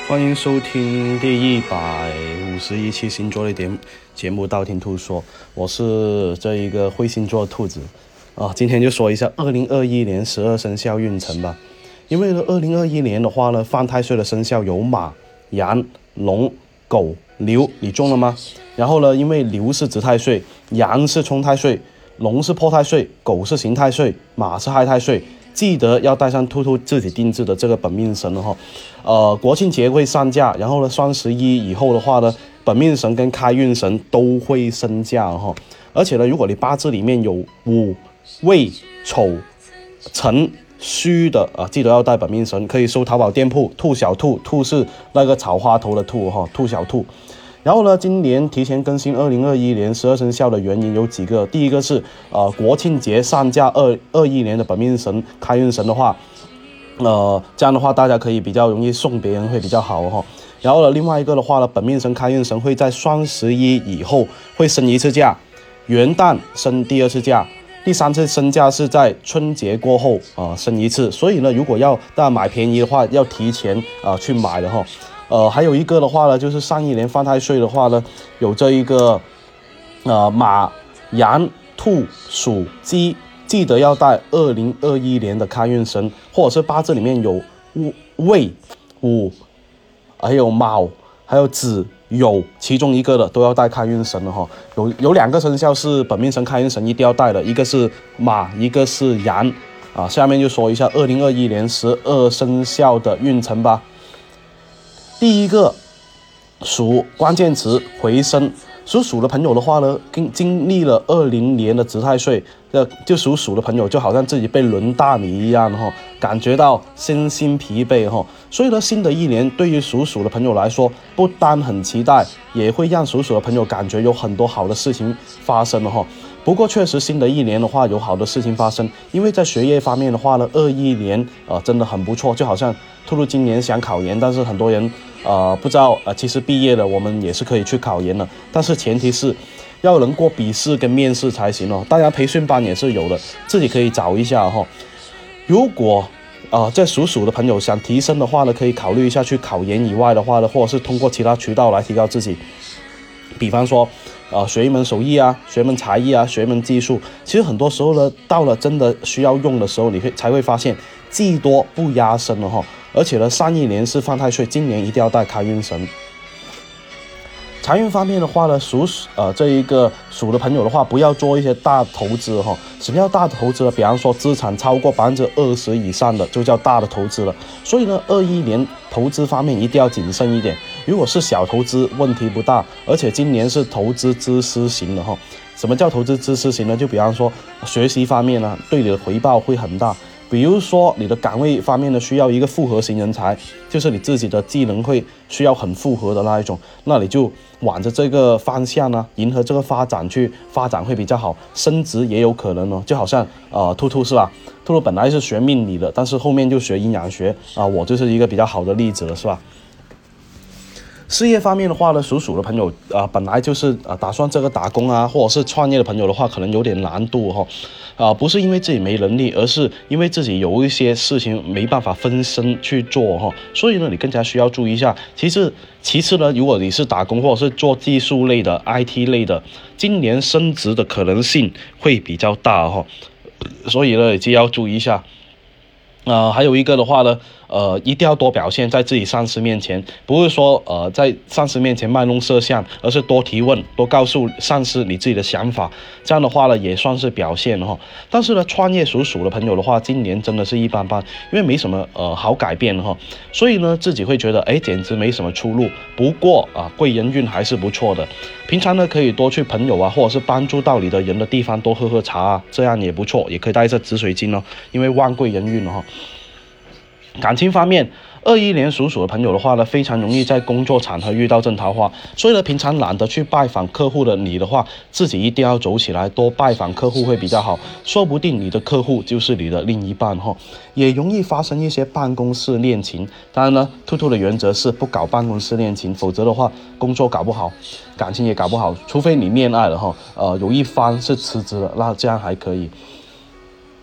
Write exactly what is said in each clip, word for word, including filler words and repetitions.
欢迎收听第一百五十一期星座类节节目《道听途说》，我是这一个会星座的兔子啊。今天就说一下二零二一年十二生肖运程吧。因为呢，二零二一年的话呢，犯太岁的生肖有马、羊、龙、狗、牛，你中了吗？然后呢，因为牛是值太岁，羊是冲太岁，龙是破太岁，狗是刑太岁，马是害太岁。记得要带上兔兔自己定制的这个本命神了哈。呃，国庆节会上架，然后呢，双十一以后的话呢，本命神跟开运神都会升价哈。而且呢，如果你八字里面有午、未、丑、辰、戌的啊，记得要带本命神，可以搜淘宝店铺兔小兔，兔是那个草花头的兔哈，兔小兔。然后呢，今年提前更新二零二一年十二生肖的原因有几个。第一个是呃国庆节上架二二一年的本命神开运神的话，呃这样的话大家可以比较容易送别人会比较好哈。然后呢，另外一个的话呢，本命神开运神会在双十一以后会升一次价，元旦升第二次价，第三次升价是在春节过后啊、呃、升一次。所以呢，如果要大家买便宜的话，要提前啊、呃、去买的哈。呃，还有一个的话呢，就是上一年犯太岁的话呢，有这一个，呃，马、羊、兔、鼠、鸡，记得要带二零二一年的开运神，或者是八字里面有未、午，还有卯，还有子、酉，其中一个的都要带开运神的哈。有有两个生肖是本命神开运神一定要带的，一个是马，一个是羊啊。下面就说一下二零二一年十二生肖的运程吧。第一个属，关键词回升。属鼠的朋友的话呢，经经历了二零年的值太岁，就属鼠的朋友就好像自己被轮大米一样哈，感觉到身心疲惫哈。所以呢，新的一年对于属鼠的朋友来说，不单很期待，也会让属鼠的朋友感觉有很多好的事情发生了哈。不过确实新的一年的话有好的事情发生，因为在学业方面的话呢，二一年呃真的很不错，就好像兔兔今年想考研，但是很多人呃不知道呃其实毕业了我们也是可以去考研的，但是前提是要能过笔试跟面试才行哦。当然培训班也是有的，自己可以找一下哈、哦。如果呃在属鼠的朋友想提升的话呢，可以考虑一下去考研以外的话呢，或者是通过其他渠道来提高自己，比方说呃，学一门手艺啊，学一门才艺啊，学一门技术。其实很多时候呢，到了真的需要用的时候，你会才会发现技多不压身了哈。而且呢，上一年是犯太岁，今年一定要带开运神。财运方面的话呢，属呃这一个属的朋友的话，不要做一些大投资哈。什么叫大的投资呢？比方说资产超过百分之二十以上的，就叫大的投资了。所以呢，二一年投资方面一定要谨慎一点。如果是小投资，问题不大。而且今年是投资知识型的哈。什么叫投资知识型呢？就比方说学习方面呢，对你的回报会很大。比如说你的岗位方面呢，需要一个复合型人才，就是你自己的技能会需要很复合的那一种，那你就往着这个方向呢，迎合这个发展去发展会比较好，升职也有可能哦。就好像呃兔兔是吧？兔兔本来是学命理的，但是后面就学营养学啊、呃，我就是一个比较好的例子了，是吧？事业方面的话呢，属鼠的朋友啊、呃，本来就是啊、呃、打算这个打工啊，或者是创业的朋友的话，可能有点难度哈、哦，啊、呃，不是因为自己没能力，而是因为自己有一些事情没办法分身去做哈、哦，所以呢，你更加需要注意一下。其次，其次呢，如果你是打工或者是做技术类的、I T 类的，今年升职的可能性会比较大哈、哦，所以呢，就要注意一下。呃，还有一个的话呢，呃，一定要多表现在自己上司面前，不是说呃在上司面前卖弄摄像，而是多提问，多告诉上司你自己的想法，这样的话呢也算是表现哈。但是呢，创业属鼠的朋友的话，今年真的是一般般，因为没什么呃好改变哈，所以呢自己会觉得哎简直没什么出路。不过啊，贵人运还是不错的，平常呢可以多去朋友啊或者是帮助到你的人的地方多喝喝茶啊，这样也不错，也可以带着紫水晶哦，因为旺贵人运哦。感情方面，二一年属鼠的朋友的话呢，非常容易在工作场合遇到正桃花，所以呢，平常懒得去拜访客户的你的话，自己一定要走起来，多拜访客户会比较好，说不定你的客户就是你的另一半哈、哦。也容易发生一些办公室恋情，当然呢，兔兔的原则是不搞办公室恋情，否则的话，工作搞不好，感情也搞不好，除非你恋爱了哈，呃，有一方是辞职了，那这样还可以。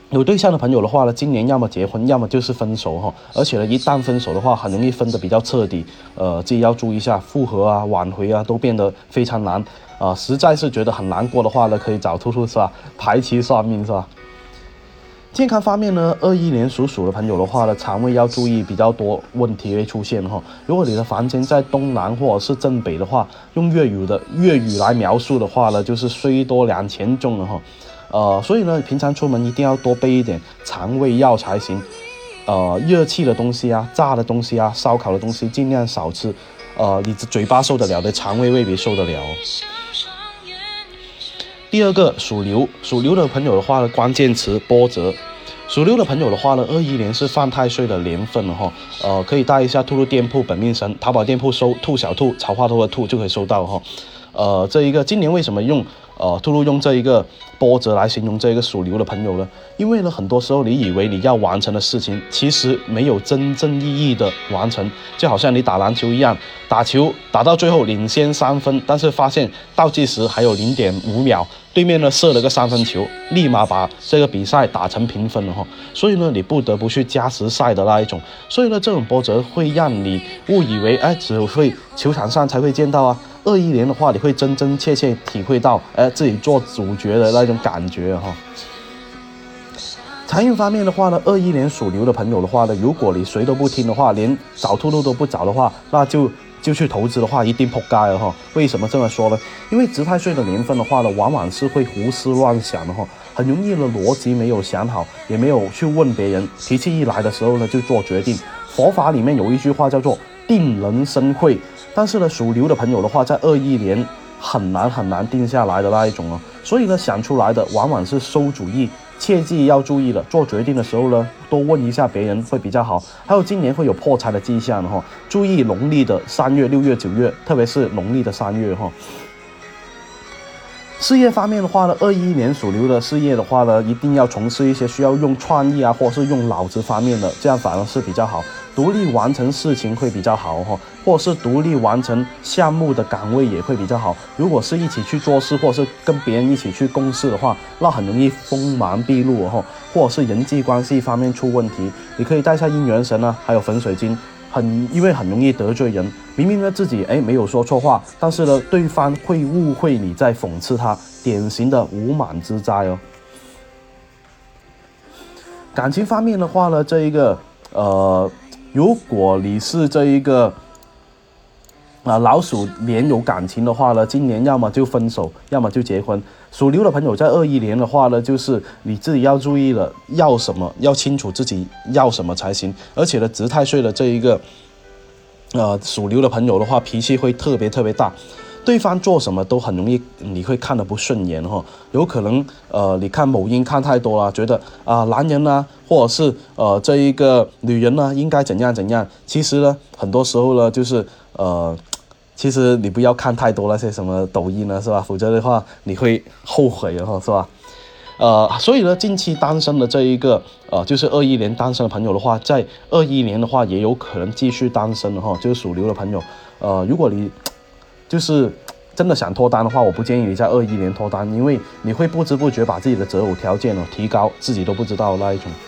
有对象的朋友的话呢，今年要么结婚，要么就是分手哈。而且呢，一旦分手的话，很容易分得比较彻底，呃，自己要注意一下，复合啊、挽回啊，都变得非常难啊、呃。实在是觉得很难过的话呢，可以找兔兔是吧？排期算命是吧？健康方面呢，二一年属鼠的朋友的话呢，肠胃要注意比较多问题会出现哈。如果你的房间在东南或者是正北的话，用粤语的粤语来描述的话呢，就是虽多两钱重了哈。呃，所以呢，平常出门一定要多备一点肠胃药才行。呃，热气的东西啊，炸的东西啊，烧烤的东西尽量少吃。呃，你嘴巴受得了的，肠胃未必受得了。第二个属牛，属牛的朋友的话呢，关键词波折。属牛的朋友的话呢，二一年是犯太岁的年份了哈。呃，可以带一下兔兔店铺本命神，淘宝店铺搜兔小兔，草花头的兔就可以搜到哈。呃，这一个今年为什么用呃兔兔用这一个波折来形容这一个属牛的朋友呢？因为呢，很多时候你以为你要完成的事情，其实没有真正意义的完成，就好像你打篮球一样，打球打到最后领先三分，但是发现倒计时还有零点五秒，对面呢射了个三分球，立马把这个比赛打成平分了哈。所以呢，你不得不去加时赛的那一种。所以呢，这种波折会让你误以为哎，只会球场上才会见到啊。二一年的话，你会真真切切体会到，哎，自己做主角的那种感觉哈。财运方面的话呢，二一年属牛的朋友的话呢，如果你谁都不听的话，连找兔兔都不找的话，那就就去投资的话，一定扑街了哈。为什么这么说呢？因为值太岁的年份的话呢，往往是会胡思乱想的哈，很容易的逻辑没有想好，也没有去问别人，脾气一来的时候呢，就做决定。佛法里面有一句话叫做定人生慧，但是呢，属牛的朋友的话，在二一年很难很难定下来的那一种哦。所以呢，想出来的往往是馊主意，切记要注意了，做决定的时候呢，多问一下别人会比较好。还有今年会有破财的迹象哈，注意农历的三月、六月、九月，特别是农历的三月哈。事业方面的话呢，二一年属牛的事业的话呢，一定要从事一些需要用创意啊，或是用脑子方面的，这样反而是比较好。独立完成事情会比较好哈，或是独立完成项目的岗位也会比较好。如果是一起去做事，或是跟别人一起去共事的话，那很容易锋芒毕露哈，或者是人际关系方面出问题。你可以带下姻缘神啊，还有粉水晶。很因为很容易得罪人，明明呢自己哎没有说错话，但是呢对方会误会你在讽刺他，典型的无妄之灾哦。感情方面的话呢，这一个呃，如果你是这一个啊、呃、老鼠年有感情的话呢，今年要么就分手，要么就结婚。属牛的朋友在二一年的话呢，就是你自己要注意了，要什么要清楚自己要什么才行。而且呢，值太岁的这一个呃属牛的朋友的话，脾气会特别特别大，对方做什么都很容易你会看得不顺眼哈。有可能呃你看某音看太多了，觉得啊、呃、男人啊，或者是呃这一个女人呢应该怎样怎样。其实呢，很多时候呢就是呃。其实你不要看太多那些什么抖音呢，是吧？否则的话你会后悔的哈，是吧？呃，所以呢，近期单身的这一个呃，就是二一年单身的朋友的话，在二一年的话也有可能继续单身的哈，就是属牛的朋友。呃，如果你就是真的想脱单的话，我不建议你在二一年脱单，因为你会不知不觉把自己的择偶条件哦提高，自己都不知道那一种。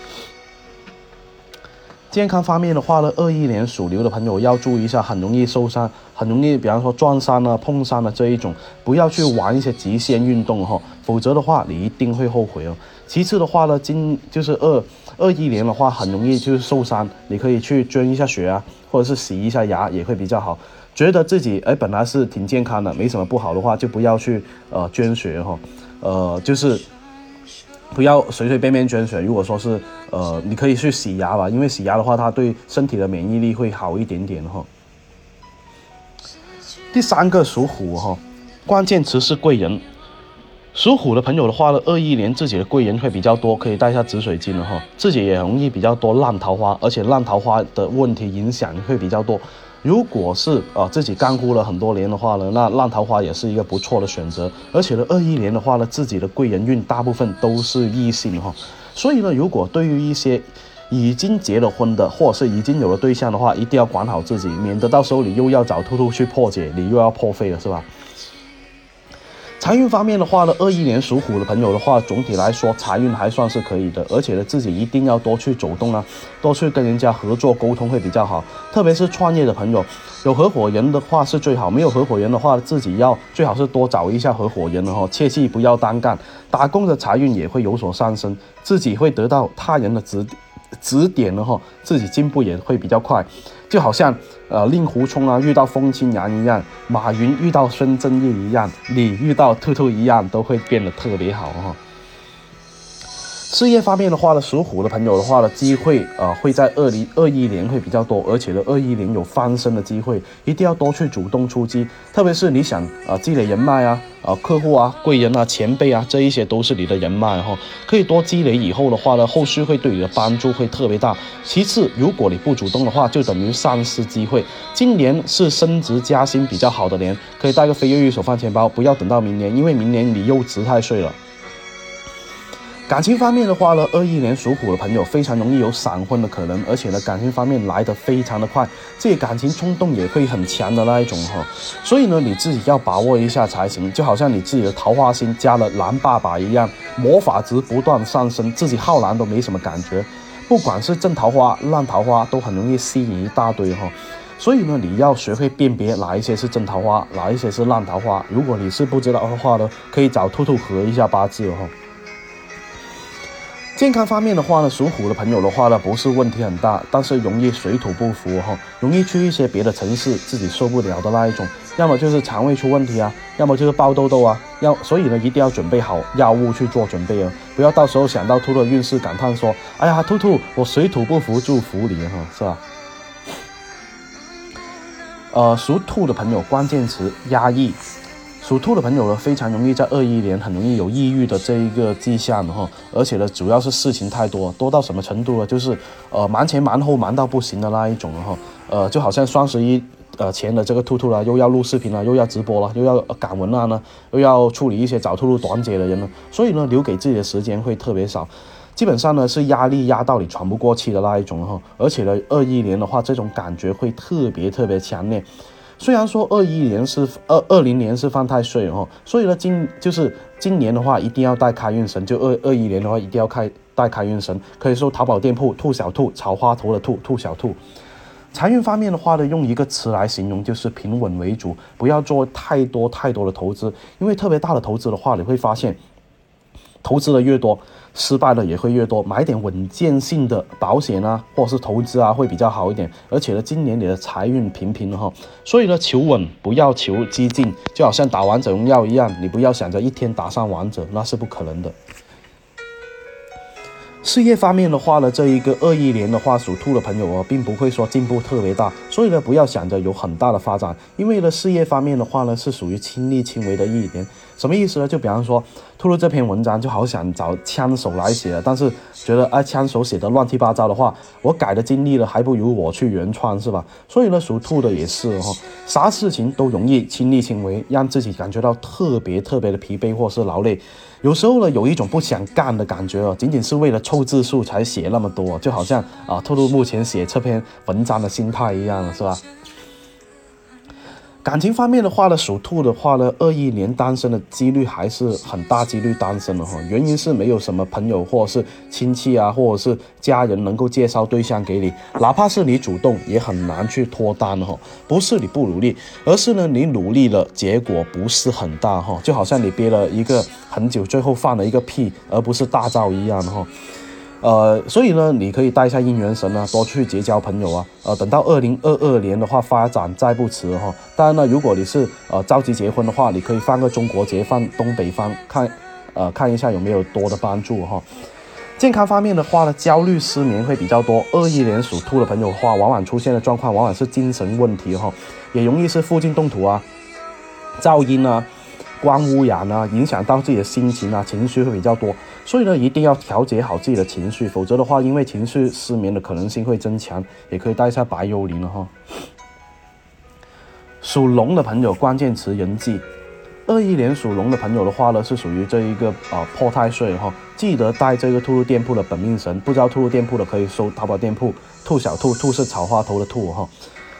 健康方面的话呢，二一年属牛的朋友要注意一下，很容易受伤，很容易，比方说撞伤啊、碰伤啊这一种，不要去玩一些极限运动哈，否则的话你一定会后悔哦。其次的话呢，今就是二二一年的话，很容易就是受伤，你可以去捐一下血啊，或者是洗一下牙也会比较好。觉得自己哎本来是挺健康的，没什么不好的话，就不要去呃捐血哈，呃就是。不要随随便便捐血。如果说是呃，你可以去洗牙吧，因为洗牙的话，它对身体的免疫力会好一点点哈。第三个属虎哈，关键词是贵人。属虎的朋友的话呢，二一年自己的贵人会比较多，可以带一下紫水晶了哈。自己也容易比较多烂桃花，而且烂桃花的问题影响会比较多。如果是呃自己干枯了很多年的话呢，那烂桃花也是一个不错的选择。而且呢，二一年的话呢，自己的贵人运大部分都是异性哈。所以呢，如果对于一些已经结了婚的，或者是已经有了对象的话，一定要管好自己，免得到时候你又要找兔兔去破解，你又要破费了，是吧？ 财运方面的话呢，二一年属虎的朋友的话，总体来说财运还算是可以的，而且呢自己一定要多去走动啊，多去跟人家合作沟通会比较好。特别是创业的朋友，有合伙人的话是最好，没有合伙人的话，自己要最好是多找一下合伙人哦，切记不要单干。打工的财运也会有所上升，自己会得到他人的指指点了哈，自己进步也会比较快。就好像呃令狐冲啊遇到风清扬一样，马云遇到孙正义一样，你遇到兔兔一样，都会变得特别好哈。事业方面的话呢，属虎的朋友的话呢，机会呃会在二零二一年会比较多，而且呢，二一年有翻身的机会，一定要多去主动出击。特别是你想呃积累人脉啊、呃客户啊、贵人啊、前辈啊，这一些都是你的人脉哈，可以多积累以后的话呢，后续会对你的帮助会特别大。其次，如果你不主动的话，就等于丧失机会。今年是升职加薪比较好的年，可以带个飞跃玉手放钱包，不要等到明年，因为明年你又值太岁了。感情方面的话呢，二一年属虎的朋友非常容易有闪婚的可能，而且呢，感情方面来得非常的快，自己感情冲动也会很强的那一种哈，所以呢，你自己要把握一下才行，就好像你自己的桃花星加了蓝爸爸一样，魔法值不断上升，自己浩然都没什么感觉，不管是正桃花、烂桃花，都很容易吸引一大堆哈。所以呢，你要学会辨别哪一些是正桃花，哪一些是烂桃花。如果你是不知道的话呢，可以找兔兔合一下八字哈。健康方面的话呢，属虎的朋友的话呢，不是问题很大，但是容易水土不服哈，容易去一些别的城市自己受不了的那一种，要么就是肠胃出问题啊，要么就是爆痘痘啊，要所以呢，一定要准备好药物去做准备哦，不要到时候想到兔兔的运势感叹说，哎呀，兔兔我水土不服，祝福你哈，是吧？呃，属兔的朋友关键词压抑。属兔的朋友呢，非常容易在二一年很容易有抑郁的这一个迹象哈，而且呢，主要是事情太多，多到什么程度呢？就是呃忙前忙后忙到不行的那一种哈，呃就好像双十一呃前的这个兔兔啦，又要录视频了，又要直播了，又要赶文案呢，又要处理一些找兔兔短解的人呢，所以呢，留给自己的时间会特别少。基本上呢是压力压到你喘不过气的那一种哈，而且呢，二一年的话，这种感觉会特别特别强烈。虽然说二一年是二二零年是犯太岁哦，所以呢今就是今年的话一定要带开运神，就二二一年的话一定要开带开运神，可以说淘宝店铺兔小兔，草花头的兔，兔小兔。财运方面的话呢，用一个词来形容就是平稳为主，不要做太多太多的投资，因为特别大的投资的话，你会发现投资的越多，失败的也会越多，买点稳健性的保险啊，或者是投资啊，会比较好一点。而且呢，今年你的财运平平的哈，所以呢，求稳不要求激进，就好像打王者荣耀一样，你不要想着一天打上王者，那是不可能的。事业方面的话呢，这一个二一年的话，属兔的朋友哦，并不会说进步特别大，所以呢，不要想着有很大的发展，因为呢，事业方面的话呢，是属于亲力亲为的一年。什么意思呢？就比方说，兔兔这篇文章就好想找枪手来写，但是觉得哎，枪手写的乱七八糟的话，我改的尽力了，还不如我去原创，是吧？所以呢，属兔的也是哦，啥事情都容易亲力亲为，让自己感觉到特别特别的疲惫或是劳累。有时候呢，有一种不想干的感觉哦，仅仅是为了凑字数才写那么多，就好像啊，兔兔目前写这篇文章的心态一样了，是吧？感情方面的话呢，属兔的话呢，二一年单身的几率还是很大几率单身的哈。原因是没有什么朋友或者是亲戚啊，或者是家人能够介绍对象给你，哪怕是你主动也很难去脱单哈。不是你不努力，而是呢你努力了，结果不是很大哈。就好像你憋了一个很久，最后放了一个屁，而不是大招一样哈。呃，所以呢，你可以带一下姻缘神啊，多去结交朋友啊。呃，等到二零二二年的话，发展再不迟哈。当然呢，如果你是呃着急结婚的话，你可以放个中国结，放东北方，看呃看一下有没有多的帮助哈。健康方面的话呢，焦虑失眠会比较多。二一年属兔的朋友的话，往往出现的状况往往是精神问题哈，也容易是附近动土啊、噪音啊、光污染啊，影响到自己的心情啊，情绪会比较多。所以呢，一定要调节好自己的情绪，否则的话，因为情绪失眠的可能性会增强，也可以带一下白幽灵了哈。属龙的朋友，关键词人际。二一年属龙的朋友的话呢，是属于这一个啊破太岁哈，记得带这个兔兔店铺的本命神，不知道兔兔店铺的可以搜淘宝店铺兔小兔，兔是草花头的兔哈。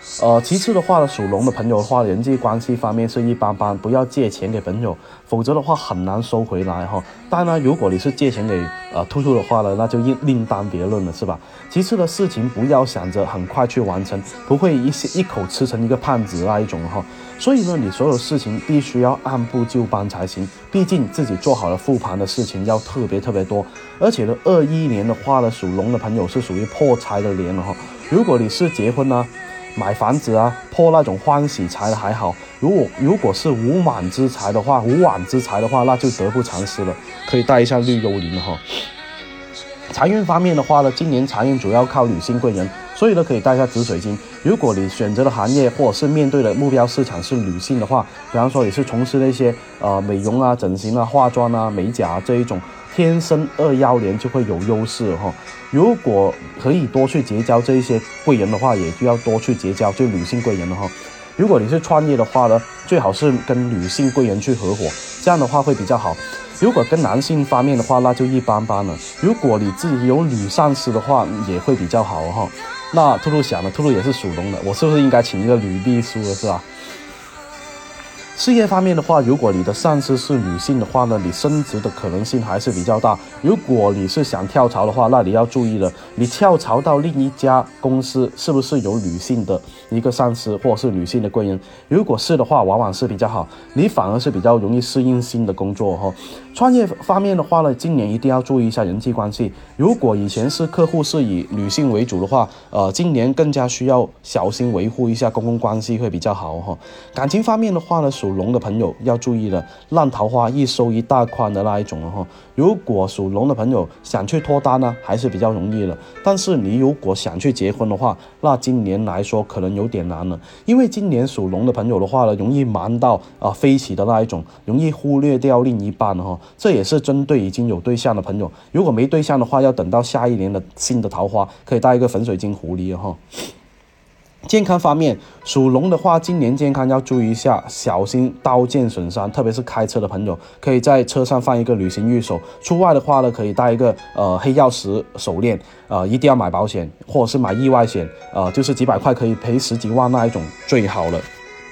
呃，其次的话呢，属龙的朋友的话，人际关系方面是一般般，不要借钱给朋友，否则的话很难收回来哈。当然，如果你是借钱给呃兔兔的话呢，那就另另当别论了，是吧？其次的事情不要想着很快去完成，不会一一口吃成一个胖子那一种哈。所以呢，你所有事情必须要按部就班才行，毕竟自己做好了复盘的事情要特别特别多。而且呢，二一年的话呢，属龙的朋友是属于破财的年了哈。如果你是结婚啊、买房子啊、破那种欢喜财的还好，如果如果是无满之财的话，无妄之财的话，那就得不偿失了。可以带一下绿幽灵哈。财运方面的话呢，今年财运主要靠女性贵人，所以呢可以带一下紫水晶。如果你选择的行业或者是面对的目标市场是女性的话，比方说你是从事那些呃美容啊、整形啊、化妆啊、美甲啊这一种，天生二幺年就会有优势哈。如果可以多去结交这一些贵人的话，也就要多去结交就女性贵人了哈。如果你是创业的话呢，最好是跟女性贵人去合伙，这样的话会比较好。如果跟男性方面的话，那就一般般了。如果你自己有女上司的话，也会比较好哈。那兔兔想了，兔兔也是属龙的，我是不是应该请一个女秘书了，是吧？事业方面的话，如果你的上司是女性的话呢，你升职的可能性还是比较大。如果你是想跳槽的话，那你要注意了，你跳槽到另一家公司是不是有女性的一个上司或者是女性的贵人？如果是的话，往往是比较好，你反而是比较容易适应新的工作哈。创业方面的话呢，今年一定要注意一下人际关系。如果以前是客户是以女性为主的话，呃，今年更加需要小心维护一下公共关系会比较好哈。感情方面的话呢，属龙的朋友要注意了，烂桃花一收一大筐的那一种哈。如果属龙的朋友想去脱单呢，还是比较容易了。但是你如果想去结婚的话，那今年来说可能有点难了，因为今年属龙的朋友的话呢，容易忙到啊、呃、飞起的那一种，容易忽略掉另一半哈。这也是针对已经有对象的朋友，如果没对象的话，要等到下一年的新的桃花，可以带一个粉水晶狐狸哈。健康方面，属龙的话，今年健康要注意一下，小心刀剑损伤，特别是开车的朋友，可以在车上放一个旅行玉手。出外的话呢，可以带一个呃黑曜石手链，呃，一定要买保险，或者是买意外险，呃，就是几百块可以赔十几万那一种最好了。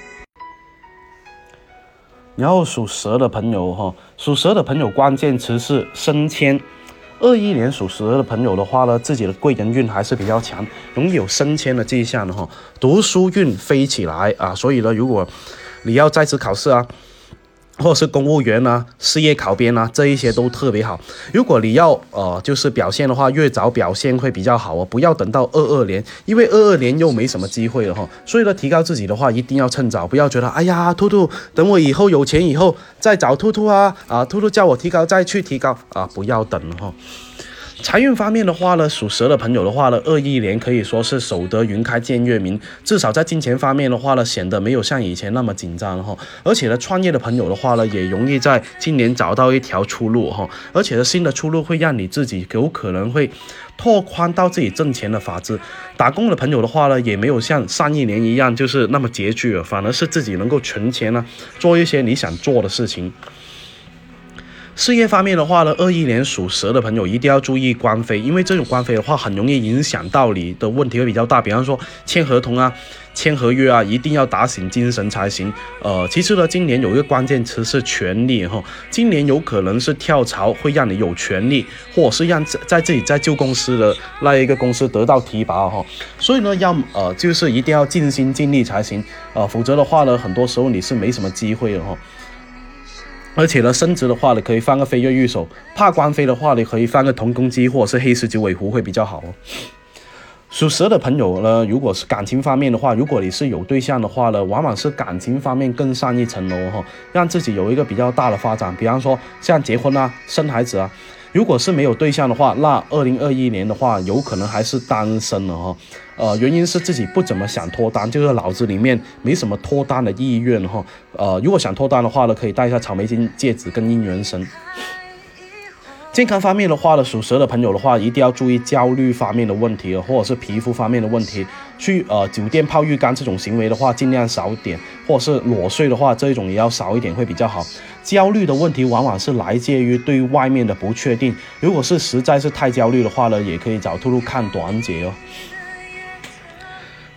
然后属蛇的朋友哈，属蛇的朋友关键词是升迁。二一年属蛇的朋友的话呢，自己的贵人运还是比较强，容易有升迁的迹象的哈。读书运飞起来啊，所以呢，如果你要在职考试啊，或者是公务员啊、事业考编啊，这一些都特别好。如果你要呃就是表现的话，越早表现会比较好哦，不要等到二二年，因为二二年又没什么机会了哈。所以呢，提高自己的话，一定要趁早，不要觉得哎呀，兔兔，等我以后有钱以后再找兔兔啊啊，兔兔叫我提高再去提高啊，不要等了哈。财运方面的话呢，属蛇的朋友的话呢，二一年可以说是守得云开见月明，至少在金钱方面的话呢，显得没有像以前那么紧张哈。而且呢，创业的朋友的话呢，也容易在今年找到一条出路哈。而且呢，新的出路会让你自己有可能会拓宽到自己挣钱的法子。打工的朋友的话呢，也没有像上一年一样就是那么拮据了，反而是自己能够存钱呢，做一些你想做的事情。事业方面的话呢，二一年属蛇的朋友一定要注意官非，因为这种官非的话很容易影响到你的问题会比较大，比方说签合同啊、签合约啊，一定要打醒精神才行。呃，其次呢，今年有一个关键词是权力哈，今年有可能是跳槽会让你有权利，或者是让在自己在旧公司的那一个公司得到提拔哈。所以呢，要呃就是一定要尽心尽力才行，呃，否则的话呢，很多时候你是没什么机会的哈。而且呢，升职的话，你可以放个飞跃玉手；怕官非的话，你可以放个铜公鸡或者是黑石九尾狐会比较好哦。属蛇的朋友呢，如果是感情方面的话，如果你是有对象的话呢，往往是感情方面更上一层楼哈，让自己有一个比较大的发展。比方说像结婚啊、生孩子啊。如果是没有对象的话，那二零二一年的话，有可能还是单身了哈。呃，原因是自己不怎么想脱单，就是脑子里面没什么脱单的意愿哈。呃，如果想脱单的话呢，可以戴一下草莓金戒指跟姻缘绳。健康方面的话呢，属蛇的朋友的话，一定要注意焦虑方面的问题，或者是皮肤方面的问题。去呃酒店泡浴缸这种行为的话，尽量少一点，或者是裸睡的话，这一种也要少一点会比较好。焦虑的问题往往是来自于对外面的不确定，如果是实在是太焦虑的话呢，也可以找兔兔看短解哦。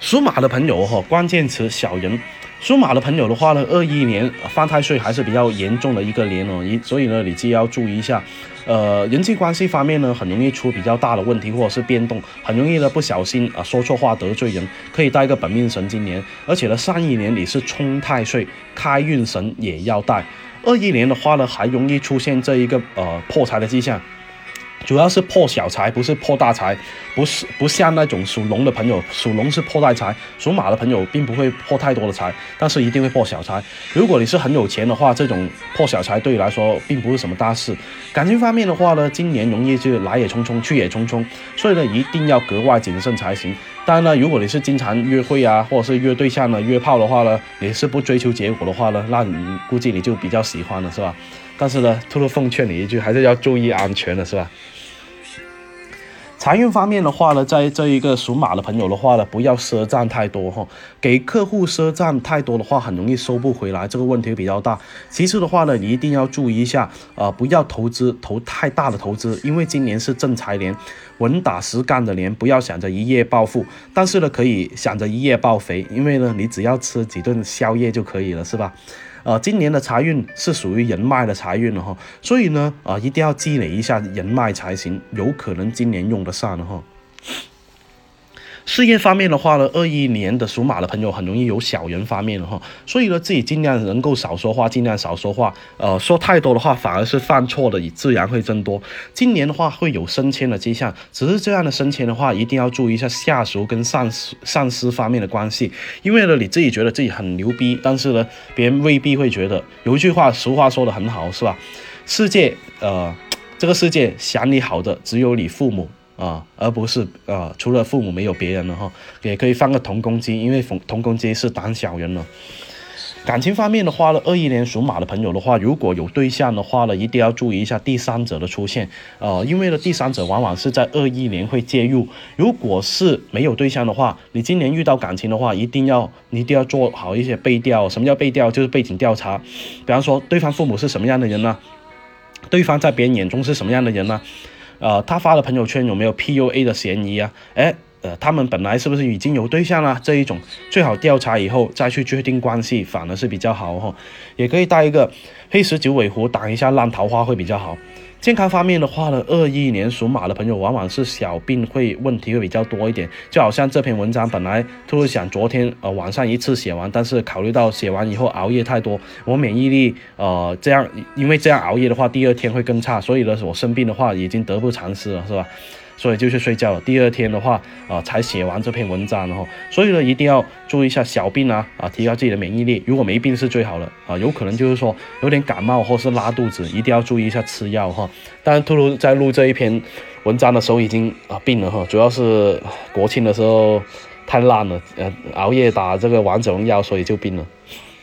属马的朋友哈，关键词小人。属马的朋友的话呢，二一年犯太岁还是比较严重的一个年哦，所以呢，你自己要注意一下。呃，人际关系方面呢，很容易出比较大的问题或者是变动，很容易呢不小心啊说错话得罪人，可以带一个本命神今年，而且呢上一年你是冲太岁，开运神也要带。二一年的话呢，还容易出现这一个呃破财的迹象。主要是破小财，不是破大财，不是不像那种属龙的朋友，属龙是破大财，属马的朋友并不会破太多的财，但是一定会破小财。如果你是很有钱的话，这种破小财对你来说并不是什么大事。感情方面的话呢，今年容易就来也匆匆，去也匆匆，所以呢一定要格外谨慎才行。当然呢，如果你是经常约会啊，或者是约对象呢、约炮的话呢，你是不追求结果的话呢，那你估计你就比较喜欢了，是吧？但是呢，兔兔奉劝你一句，还是要注意安全的，是吧？财运方面的话呢，在这一个属马的朋友的话呢，不要赊账太多哈，给客户赊账太多的话，很容易收不回来，这个问题比较大。其次的话呢，你一定要注意一下，呃，不要投资投太大的投资，因为今年是正财年，稳打实干的年，不要想着一夜暴富，但是呢，可以想着一夜暴肥，因为呢，你只要吃几顿宵夜就可以了，是吧？呃，今年的财运是属于人脉的财运了哈，所以呢，啊、呃，一定要积累一下人脉才行，有可能今年用得上了哈。事业方面的话呢，二一年的属马的朋友很容易有小人方面的哈，所以呢，自己尽量能够少说话，尽量少说话，呃，说太多的话反而是犯错的自然会增多。今年的话会有升迁的迹象，只是这样的升迁的话，一定要注意一下下属跟上司上司方面的关系，因为呢，你自己觉得自己很牛逼，但是呢，别人未必会觉得。有一句话，俗话说得很好，是吧？世界，呃，这个世界想你好的只有你父母。啊，而不是啊，除了父母没有别人了哈，也可以放个同公鸡，因为同公鸡是胆小人了。感情方面的话呢，二一年属马的朋友的话，如果有对象的话呢，一定要注意一下第三者的出现，呃，因为呢，第三者往往是在二一年会介入。如果是没有对象的话，你今年遇到感情的话，一定要你一定要做好一些背调。什么叫背调？就是背景调查，比方说对方父母是什么样的人呢？对方在别人眼中是什么样的人呢？呃，他发的朋友圈有没有 P U A 的嫌疑啊？哎，呃，他们本来是不是已经有对象了？这一种最好调查以后再去确定关系，反而是比较好哈。也可以带一个黑石九尾狐挡一下烂桃花会比较好。健康方面的话呢，二一年属马的朋友往往是小病会问题会比较多一点，就好像这篇文章本来就是想昨天呃晚上一次写完，但是考虑到写完以后熬夜太多，我免疫力呃这样，因为这样熬夜的话，第二天会更差，所以呢我生病的话已经得不偿失了，是吧？所以就去睡觉了。第二天的话，啊、呃，才写完这篇文章，然后，所以呢，一定要注意一下小病啊，啊，提高自己的免疫力。如果没病是最好的啊，有可能就是说有点感冒或是拉肚子，一定要注意一下吃药哈。当然，兔兔在录这一篇文章的时候已经啊病了哈，主要是国庆的时候太烂了，呃，熬夜打这个王者荣耀，所以就病了。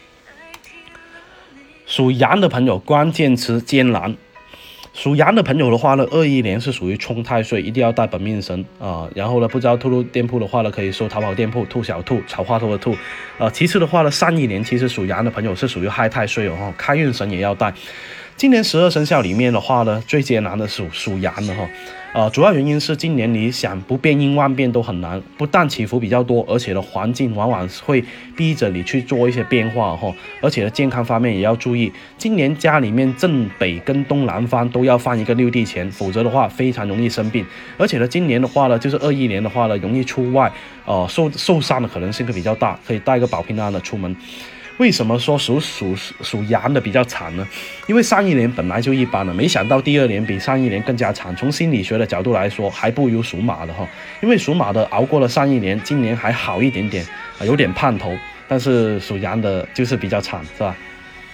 属羊的朋友，关键词艰难。属羊的朋友的话呢，二一年是属于冲太岁，一定要带本命神啊、呃。然后呢，不知道兔兔店铺的话呢，可以搜淘宝店铺兔小兔草花头的兔。呃，其次的话呢，上一年其实属羊的朋友是属于害太岁哦，开运神也要带。今年十二生肖里面的话呢，最艰难的属属羊的哈。呃，主要原因是今年你想不变应万变都很难，不但起伏比较多，而且呢环境往往会逼着你去做一些变化哈，而且呢健康方面也要注意，今年家里面正北跟东南方都要放一个六地钱，否则的话非常容易生病，而且呢今年的话呢，就是二一年的话呢，容易出外，呃受受伤的可能性会比较大，可以带个保平安的出门。为什么说属属属羊的比较惨呢？因为上一年本来就一般了，没想到第二年比上一年更加惨。从心理学的角度来说，还不如属马的哈，因为属马的熬过了上一年，今年还好一点点，呃、有点盼头，但是属羊的就是比较惨，是吧？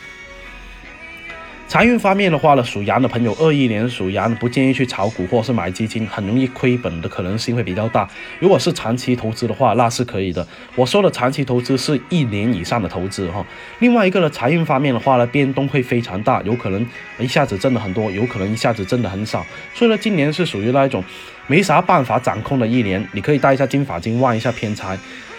财运方面的话呢，属羊的朋友，二一年属羊不建议去炒股或是买基金，很容易亏本的可能性会比较大。如果是长期投资的话，那是可以的。我说的长期投资是一年以上的投资哈。另外一个呢，财运方面的话呢，变动会非常大，有可能一下子挣的很多，有可能一下子挣的很少。所以呢，今年是属于那一种没啥办法掌控的一年，你可以带一下金发晶，旺一下偏财。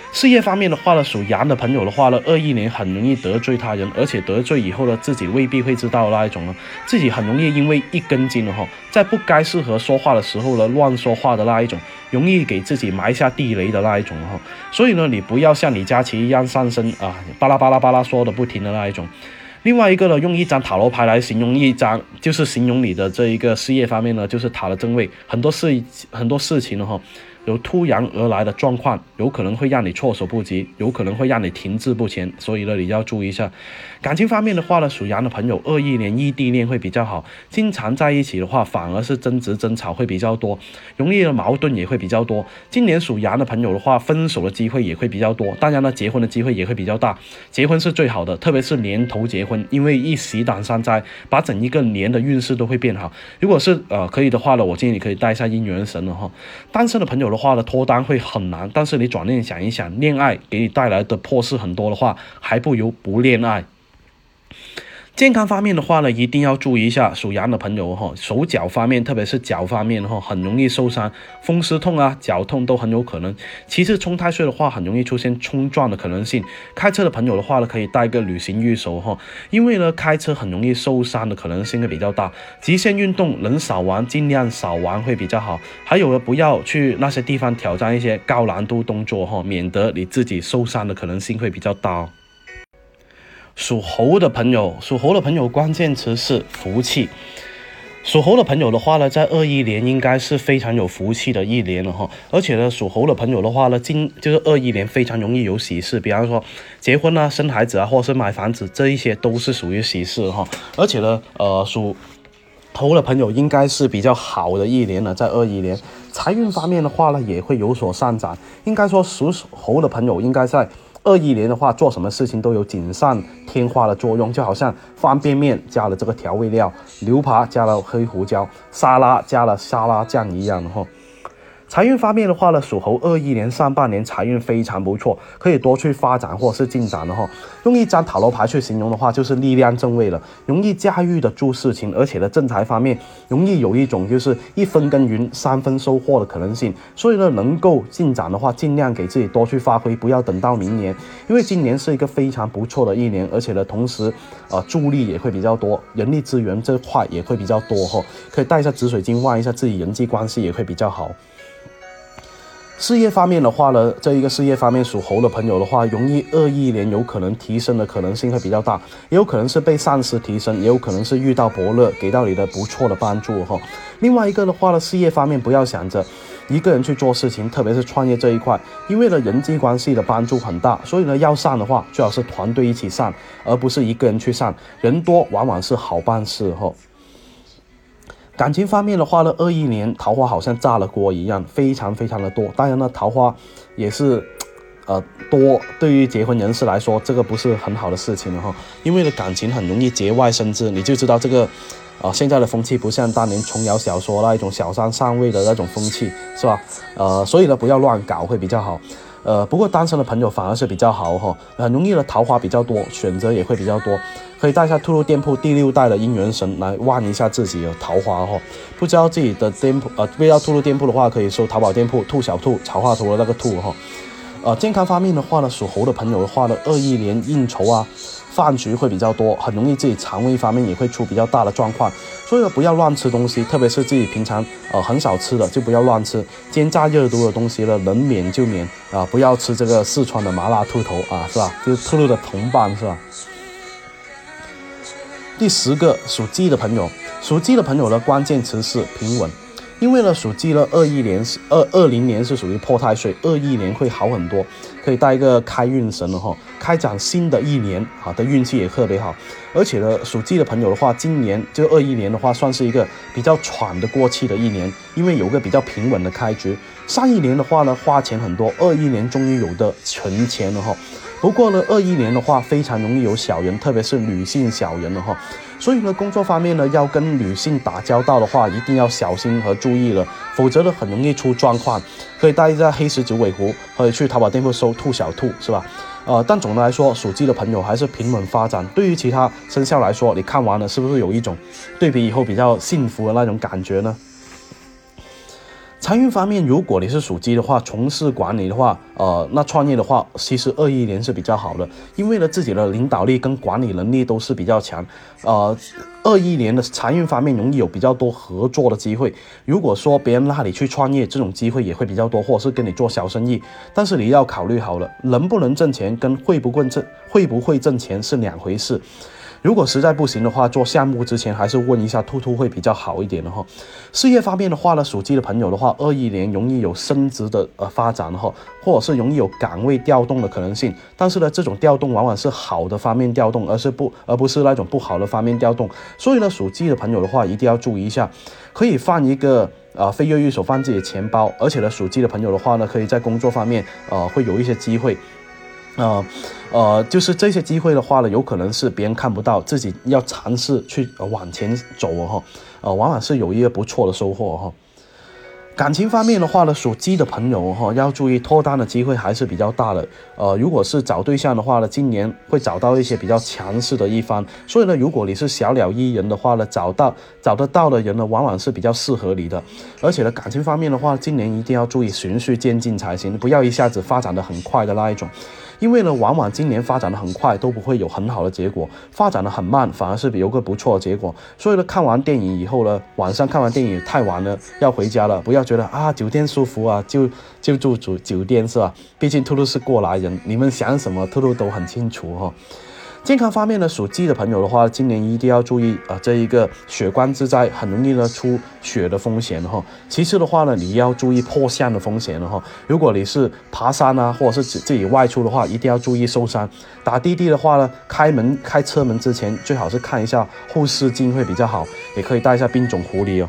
事业方面的话呢，属羊的朋友的话呢，二一年很容易得罪他人，而且得罪以后呢，自己未必会知道的那一种呢，自己很容易因为一根筋了哈，在不该适合说话的时候呢，乱说话的那一种，容易给自己埋下地雷的那一种哈。所以呢，你不要像李佳琦一样上身啊，巴拉巴拉巴拉说的不停的那一种。另外一个呢，用一张塔罗牌来形容一张，就是形容你的这一个事业方面呢，就是塔的正位，很多事很多事情呢哈。有突然而来的状况，有可能会让你措手不及，有可能会让你停滞不前，所以呢，你要注意一下。感情方面的话呢，属羊的朋友，二一年异地恋会比较好，经常在一起的话，反而是争执争吵会比较多，容易的矛盾也会比较多。今年属羊的朋友的话，分手的机会也会比较多，当然呢，结婚的机会也会比较大。结婚是最好的，特别是年头结婚，因为一喜挡三灾，把整一个年的运势都会变好。如果是呃可以的话呢，我建议你可以带一下姻缘神了哈。单身的朋友的话呢，脱单会很难，但是你转念想一想，恋爱给你带来的破事很多的话，还不如不恋爱。健康方面的话呢，一定要注意一下，属羊的朋友哈，手脚方面，特别是脚方面哈，很容易受伤，风湿痛啊、脚痛都很有可能。其次，冲太岁的话，很容易出现冲撞的可能性。开车的朋友的话呢，可以带个旅行玉手哈，因为呢，开车很容易受伤的可能性会比较大。极限运动能少玩，尽量少玩会比较好。还有呢，不要去那些地方挑战一些高难度动作哈，免得你自己受伤的可能性会比较大哦。属猴的朋友，属猴的朋友关键词是福气。属猴的朋友的话呢，在二一年应该是非常有福气的一年了哈。而且呢，属猴的朋友的话呢，今就是二一年非常容易有喜事，比方说结婚啊、生孩子啊，或者是买房子，这一些都是属于喜事哈。而且呢，呃，属猴的朋友应该是比较好的一年了，在二一年财运方面的话呢，也会有所上涨。应该说，属猴的朋友应该在二一年的话，做什么事情都有锦上添花的作用，就好像方便面加了这个调味料，牛扒加了黑胡椒，沙拉加了沙拉酱一样的哈。财运方面的话呢，属猴二一年上半年财运非常不错，可以多去发展或是进展的哈。用一张塔罗牌去形容的话，就是力量正位了，容易驾驭得住事情，而且呢，正财方面容易有一种就是一分耕耘三分收获的可能性。所以呢，能够进展的话，尽量给自己多去发挥，不要等到明年，因为今年是一个非常不错的一年，而且呢，同时呃助力也会比较多，人力资源这块也会比较多哈。可以带一下紫水晶，旺一下自己人际关系也会比较好。事业方面的话呢，这一个事业方面属猴的朋友的话，容易二一年有可能提升的可能性会比较大，也有可能是被上司提升，也有可能是遇到伯乐给到你的不错的帮助哈。另外一个的话呢，事业方面不要想着一个人去做事情，特别是创业这一块，因为呢人际关系的帮助很大，所以呢要上的话，最好是团队一起上，而不是一个人去上，人多往往是好办事哈。感情方面的话呢，二一年桃花好像炸了锅一样，非常非常的多。当然呢，桃花也是，呃，多。对于结婚人士来说，这个不是很好的事情了哈。因为呢，感情很容易节外生枝，你就知道这个，啊、呃，现在的风气不像当年琼瑶小说那一种小三上位的那种风气，是吧？呃，所以呢，不要乱搞会比较好。呃，不过单身的朋友反而是比较好哈，很容易的桃花比较多，选择也会比较多，可以带一下兔兔店铺第六代的姻缘神来旺一下自己的桃花哈。不知道自己的店铺呃，不知道兔兔店铺的话，可以搜淘宝店铺兔小兔草画图的那个兔哈。呃，健康方面的话呢，属猴的朋友的话呢，二一年应酬啊、饭局会比较多，很容易自己肠胃方面也会出比较大的状况，所以呢，不要乱吃东西，特别是自己平常呃很少吃的，就不要乱吃。煎炸热毒的东西呢，能免就免啊、呃，不要吃这个四川的麻辣兔头啊，是吧？就是兔兔的同伴，是吧？第十个属鸡的朋友，属鸡的朋友的关键词是平稳。因为呢，属鸡呢，二一年是二二零年是属于破太岁，二一年会好很多，可以带一个开运神了哈，开展新的一年啊的运气也特别好。而且呢，属鸡的朋友的话，今年就二一年的话，算是一个比较喘得过气的一年，因为有个比较平稳的开局。上一年的话呢，花钱很多，二一年终于有的存钱了哈。不过呢，二一年的话非常容易有小人，特别是女性小人了哈。所以呢，工作方面呢，要跟女性打交道的话，一定要小心和注意了，否则呢，很容易出状况。可以带一下黑石九尾狐，或者去淘宝店铺搜兔小兔，是吧？呃，但总的来说，属鸡的朋友还是平稳发展。对于其他生肖来说，你看完了是不是有一种对比以后比较幸福的那种感觉呢？ 财运方面，如果你是属鸡的话，从事管理的话，呃，那创业的话，其实二一年是比较好的，因为呢自己的领导力跟管理能力都是比较强。呃，二一年的财运方面容易有比较多合作的机会。如果说别人拉你去创业，这种机会也会比较多，或者是跟你做小生意。但是你要考虑好了，能不能挣钱跟会不会挣会不会挣钱是两回事。如果实在不行的话，做项目之前还是问一下兔兔会比较好一点的哈。事业方面的话呢，属鸡的朋友的话，二一年容易有升职的呃发展哈，或者是容易有岗位调动的可能性。但是呢，这种调动往往是好的方面调动，而是不而不是那种不好的方面调动。所以呢，属鸡的朋友的话，一定要注意一下，可以放一个呃非越狱手放自己的钱包，而且呢，属鸡的朋友的话呢，可以在工作方面呃会有一些机会。呃，呃，就是这些机会的话呢，有可能是别人看不到，自己要尝试去、呃、往前走哦，呃，往往是有一个不错的收获哈。感情方面的话呢，属鸡的朋友哈、哦、要注意脱单的机会还是比较大的。呃，如果是找对象的话呢，今年会找到一些比较强势的一方。所以呢，如果你是小鸟依人的话呢，找到找得到的人呢，往往是比较适合你的。而且呢，感情方面的话，今年一定要注意循序渐进才行，不要一下子发展的很快的那一种。因为呢，往往今年发展的很快都不会有很好的结果，发展的很慢反而是有个不错的结果。所以呢，看完电影以后呢，晚上看完电影太晚了，要回家了，不要觉得啊酒店舒服啊，就就住酒酒店是吧？毕竟兔兔是过来人，你们想什么兔兔都很清楚哈、哦。健康方面呢，属鸡的朋友的话，今年一定要注意啊、呃，这一个血光之灾很容易呢出血的风险哈。其次的话呢，你要注意破相的风险了哈。如果你是爬山啊，或者是自己外出的话，一定要注意受伤。打滴滴的话呢，开门开车门之前最好是看一下后视镜会比较好，也可以带一下冰种狐狸哦。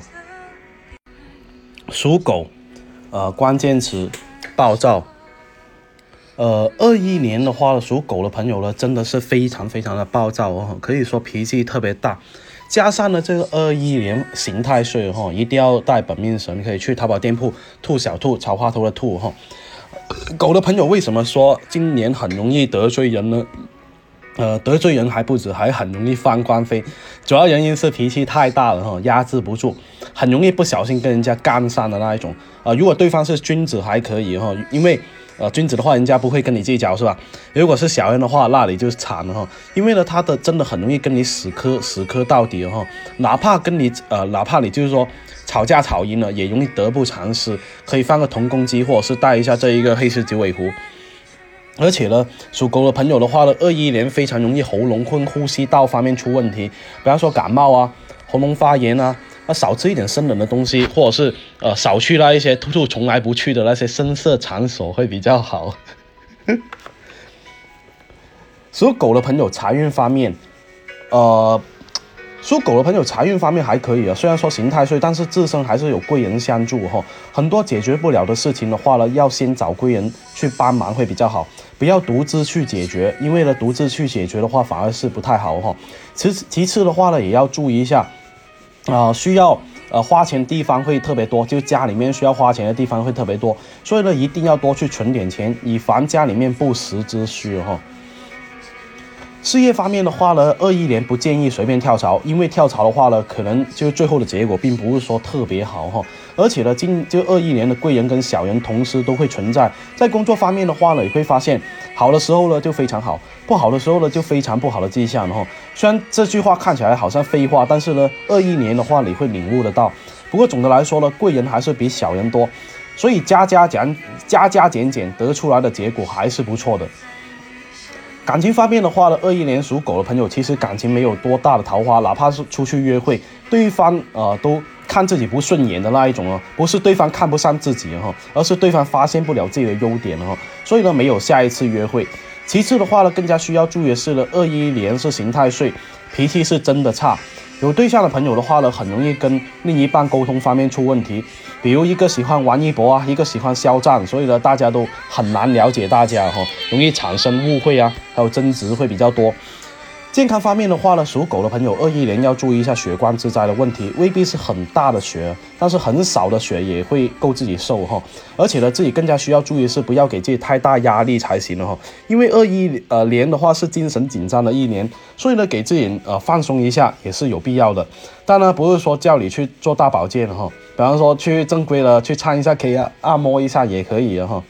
属狗，呃，关键词暴躁。呃，二一年的话，属狗的朋友呢，真的是非常非常的暴躁哦，可以说脾气特别大。加上呢，这个二一年刑太岁哈、哦，一定要带本命神，可以去淘宝店铺兔小兔草花头的兔哈、哦。狗的朋友为什么说今年很容易得罪人呢？呃，得罪人还不止，还很容易翻官非。主要原因是脾气太大了哈，压制不住，很容易不小心跟人家干上的那一种。呃，如果对方是君子还可以哈，因为呃君子的话，人家不会跟你计较是吧？如果是小人的话，那你就惨了哈。因为呢，他的真的很容易跟你死磕死磕到底哈，哪怕跟你呃，哪怕你就是说吵架吵赢了，也容易得不偿失。可以放个铜公鸡，或者是带一下这一个黑色九尾狐。而且呢，属狗的朋友的话呢，二一年非常容易喉咙或呼吸道方面出问题，比方说感冒啊、喉咙发炎啊，那少吃一点生冷的东西，或者是呃少去那一些兔兔从来不去的那些深色场所会比较好。属狗的朋友财运方面，呃。属狗的朋友财运方面还可以啊，虽然说刑太岁，但是自身还是有贵人相助哈、哦。很多解决不了的事情的话呢，要先找贵人去帮忙会比较好，不要独自去解决，因为呢独自去解决的话反而是不太好哈、哦。其其次的话呢，也要注意一下，啊、呃，需要呃花钱的地方会特别多，就家里面需要花钱的地方会特别多，所以呢一定要多去存点钱，以防家里面不时之需哈、哦。事业方面的话呢，二一年不建议随便跳槽，因为跳槽的话呢，可能就最后的结果并不是说特别好哈。而且呢，今就二一年的贵人跟小人同时都会存在。在工作方面的话呢，你会发现好的时候呢就非常好，不好的时候呢就非常不好的迹象哈。虽然这句话看起来好像废话，但是呢，二一年的话你会领悟得到。不过总的来说呢，贵人还是比小人多，所以加加减加加减减得出来的结果还是不错的。感情方面的话呢，二一年属狗的朋友其实感情没有多大的桃花，哪怕是出去约会，对方呃都看自己不顺眼的那一种哦，不是对方看不上自己哈，而是对方发现不了自己的优点哈，所以呢没有下一次约会。其次的话呢，更加需要注意的是呢，二一年是刑太岁，脾气是真的差。有对象的朋友的话呢，很容易跟另一半沟通方面出问题，比如一个喜欢玩一博啊，一个喜欢肖战，所以呢，大家都很难了解大家哈、哦，容易产生误会啊，还有争执会比较多。 健康方面的话呢，属狗的朋友二一年要注意一下血光之灾的问题，未必是很大的血，但是很少的血也会够自己受哈。而且呢，自己更加需要注意是不要给自己太大压力才行了哈。因为二一呃年的话是精神紧张的一年，所以呢，给自己呃放松一下也是有必要的。但呢，不是说叫你去做大保健哈，比方说去正规的去唱一下 K 啊，按摩一下也可以哈。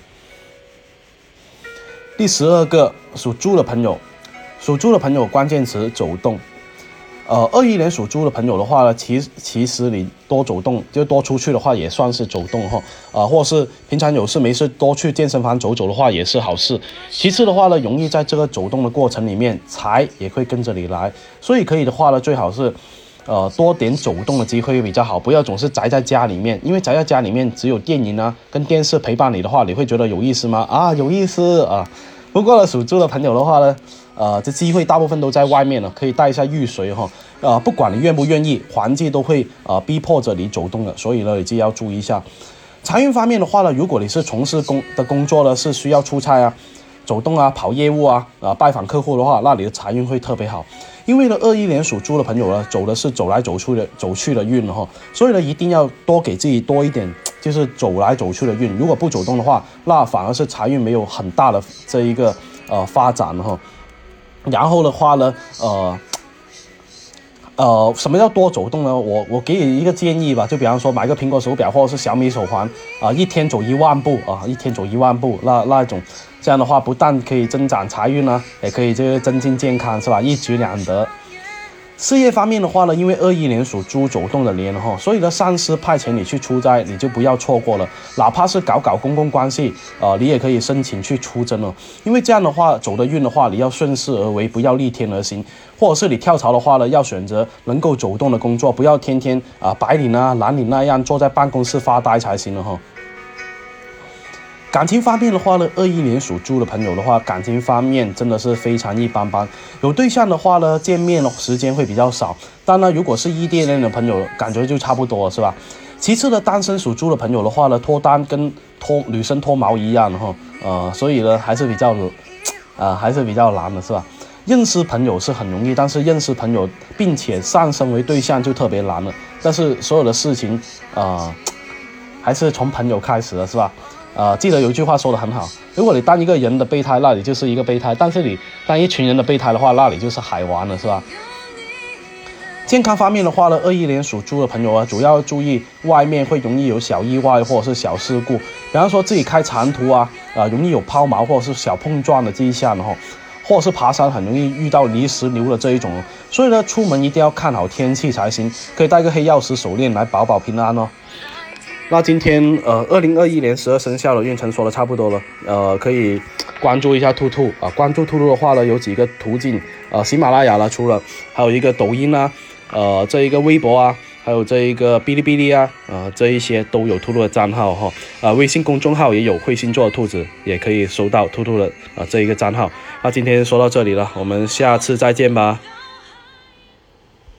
第十二个属猪的朋友。属猪的朋友，关键词走动。呃，二一年属猪的朋友的话呢，其其实你多走动，就多出去的话，也算是走动哈。啊、呃，或是平常有事没事多去健身房走走的话，也是好事。其次的话呢，容易在这个走动的过程里面，财也会跟着你来。所以可以的话呢，最好是，呃，多点走动的机会比较好，不要总是宅在家里面。因为宅在家里面，只有电影啊跟电视陪伴你的话，你会觉得有意思吗？啊，有意思啊。不过呢，属猪的朋友的话呢。呃，这机会大部分都在外面了，可以带一下浴水哈。呃，不管你愿不愿意，环境都会呃逼迫着你走动的，所以呢，你就要注意一下。财运方面的话呢，如果你是从事工的工作呢，是需要出差啊、走动啊、跑业务啊、啊、呃、拜访客户的话，那你的财运会特别好。因为呢，二一年属猪的朋友呢，走的是走来走去的走去的运哈，所以呢，一定要多给自己多一点，就是走来走去的运。如果不走动的话，那反而是财运没有很大的这一个呃发展哈。然后的话呢，呃，呃，什么叫多走动呢？我我给你一个建议吧，就比方说买个苹果手表或者是小米手环啊、呃，一天走一万步啊、呃，一天走一万步，那那种这样的话，不但可以增长财运呢，也可以这个增进健康，是吧？一举两得。事业方面的话呢，因为二一年属猪走动的年哈，所以呢，上司派遣你去出差，你就不要错过了。哪怕是搞搞公共关系，呃，你也可以申请去出征了。因为这样的话，走的运的话，你要顺势而为，不要逆天而行。或者是你跳槽的话呢，要选择能够走动的工作，不要天天啊、呃、白领啊、蓝领那样坐在办公室发呆才行了哈。感情方面的话呢，二一年属猪的朋友的话，感情方面真的是非常一般般。有对象的话呢，见面的时间会比较少。但呢，如果是异地恋的朋友，感觉就差不多了，是吧？其次呢，单身属猪的朋友的话呢，脱单跟脱女生脱毛一样哈，呃，所以呢，还是比较，呃，还是比较难的，是吧？认识朋友是很容易，但是认识朋友并且上升为对象就特别难了。但是所有的事情，呃，还是从朋友开始的，是吧？呃，记得有一句话说得很好，如果你当一个人的备胎，那你就是一个备胎；但是你当一群人的备胎的话，那你就是海王了，是吧？健康方面的话呢，二一年属猪的朋友啊，主要注意外面会容易有小意外或者是小事故，比方说自己开长途啊，啊、呃，容易有抛锚或者是小碰撞的迹象哈，或者是爬山很容易遇到泥石流的这一种，所以呢，出门一定要看好天气才行，可以带个黑曜石手链来保保平安哦。那今天呃，二零二一年十二生肖的运程说的差不多了，呃，可以关注一下兔兔啊。关注兔兔的话呢，有几个途径，呃，喜马拉雅呢，除了还有一个抖音啊，呃，这一个微博啊，还有这一个哔哩哔哩啊，呃，这一些都有兔兔的账号哈。啊，微信公众号也有会星座的兔子，也可以搜到兔兔的啊这一个账号。那今天说到这里了，我们下次再见吧。